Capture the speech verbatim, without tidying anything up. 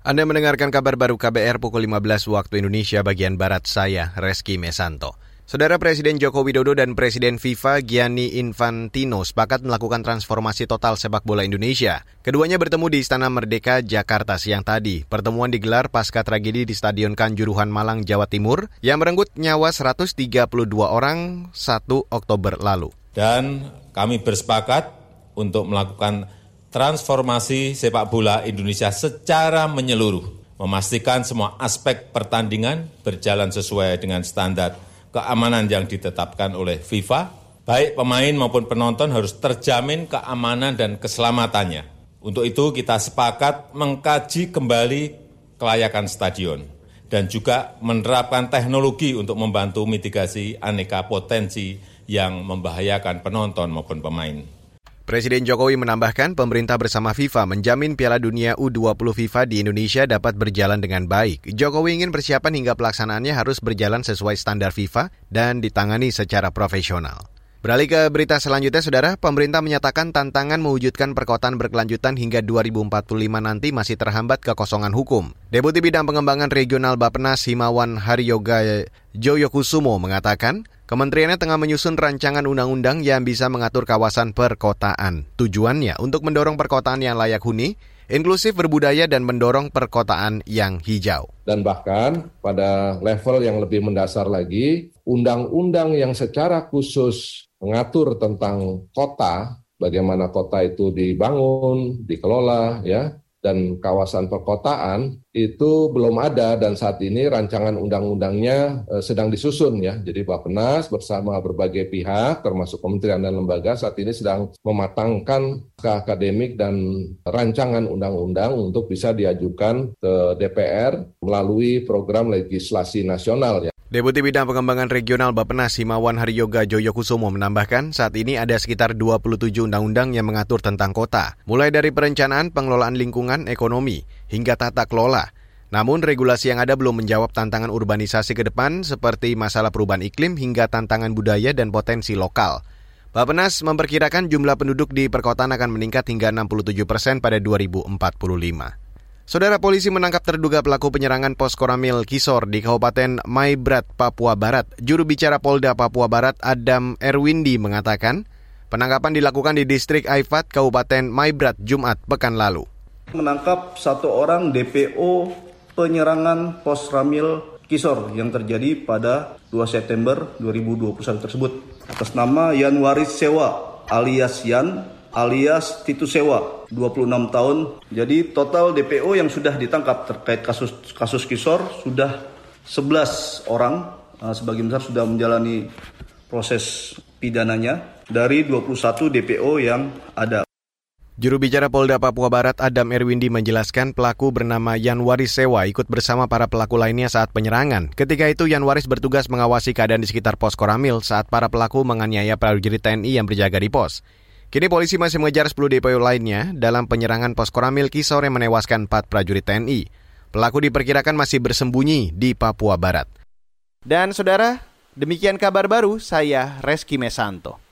Anda mendengarkan kabar baru K B R pukul lima belas waktu Indonesia bagian Barat, saya Reski Mesanto. Saudara Presiden Joko Widodo dan Presiden FIFA Gianni Infantino sepakat melakukan transformasi total sepak bola Indonesia. Keduanya bertemu di Istana Merdeka, Jakarta siang tadi. Pertemuan digelar pasca tragedi di Stadion Kanjuruhan, Malang, Jawa Timur yang merenggut nyawa seratus tiga puluh dua orang satu Oktober lalu. Dan kami bersepakat untuk melakukan transformasi sepak bola Indonesia secara menyeluruh, memastikan semua aspek pertandingan berjalan sesuai dengan standar keamanan yang ditetapkan oleh FIFA. Baik pemain maupun penonton harus terjamin keamanan dan keselamatannya. Untuk itu kita sepakat mengkaji kembali kelayakan stadion dan juga menerapkan teknologi untuk membantu mitigasi aneka potensi yang membahayakan penonton maupun pemain. Presiden Jokowi menambahkan pemerintah bersama FIFA menjamin Piala Dunia U dua puluh FIFA di Indonesia dapat berjalan dengan baik. Jokowi ingin persiapan hingga pelaksanaannya harus berjalan sesuai standar FIFA dan ditangani secara profesional. Beralih ke berita selanjutnya, Saudara, pemerintah menyatakan tantangan mewujudkan perkotaan berkelanjutan hingga dua ribu empat puluh lima nanti masih terhambat kekosongan hukum. Deputi Bidang Pengembangan Regional Bappenas Himawan Haryoga Joyokusumo mengatakan, kementeriannya tengah menyusun rancangan undang-undang yang bisa mengatur kawasan perkotaan. Tujuannya untuk mendorong perkotaan yang layak huni, inklusif, berbudaya, dan mendorong perkotaan yang hijau. Dan bahkan pada level yang lebih mendasar lagi, undang-undang yang secara khusus mengatur tentang kota, bagaimana kota itu dibangun, dikelola, ya, dan kawasan perkotaan itu belum ada, dan saat ini rancangan undang-undangnya eh, sedang disusun, ya. Jadi Bappenas bersama berbagai pihak termasuk kementerian dan lembaga saat ini sedang mematangkan naskah akademik dan rancangan undang-undang untuk bisa diajukan ke D P R melalui program legislasi nasional, ya. Deputi Bidang Pengembangan Regional Bappenas Himawan Haryoga Joyokusumo menambahkan saat ini ada sekitar dua puluh tujuh undang-undang yang mengatur tentang kota, mulai dari perencanaan, pengelolaan lingkungan, ekonomi, hingga tata kelola. Namun regulasi yang ada belum menjawab tantangan urbanisasi ke depan seperti masalah perubahan iklim hingga tantangan budaya dan potensi lokal. Bappenas memperkirakan jumlah penduduk di perkotaan akan meningkat hingga enam puluh tujuh persen pada dua ribu empat puluh lima. Saudara, polisi menangkap terduga pelaku penyerangan pos Koramil Kisor di Kabupaten Maibrat, Papua Barat. Juru bicara Polda Papua Barat, Adam Erwindi, mengatakan penangkapan dilakukan di distrik Aifat, Kabupaten Maibrat, Jumat pekan lalu. Menangkap satu orang D P O penyerangan pos Ramil Kisor yang terjadi pada dua September dua ribu dua puluh satu tersebut. Atas nama Yan Waris Sewa alias Yan alias Titus Sewa, dua puluh enam tahun. Jadi total D P O yang sudah ditangkap terkait kasus kasus Kisor sudah sebelas orang, sebagian besar sudah menjalani proses pidananya dari dua puluh satu D P O yang ada. Juru bicara Polda Papua Barat Adam Erwindi menjelaskan pelaku bernama Yan Waris Sewa ikut bersama para pelaku lainnya saat penyerangan. Ketika itu Yan Waris bertugas mengawasi keadaan di sekitar pos Koramil saat para pelaku menganiaya prajurit T N I yang berjaga di pos. Kini polisi masih mengejar sepuluh D P O lainnya dalam penyerangan pos Koramil Kisor yang menewaskan empat prajurit T N I. Pelaku diperkirakan masih bersembunyi di Papua Barat. Dan saudara, demikian kabar baru, saya Reski Mesanto.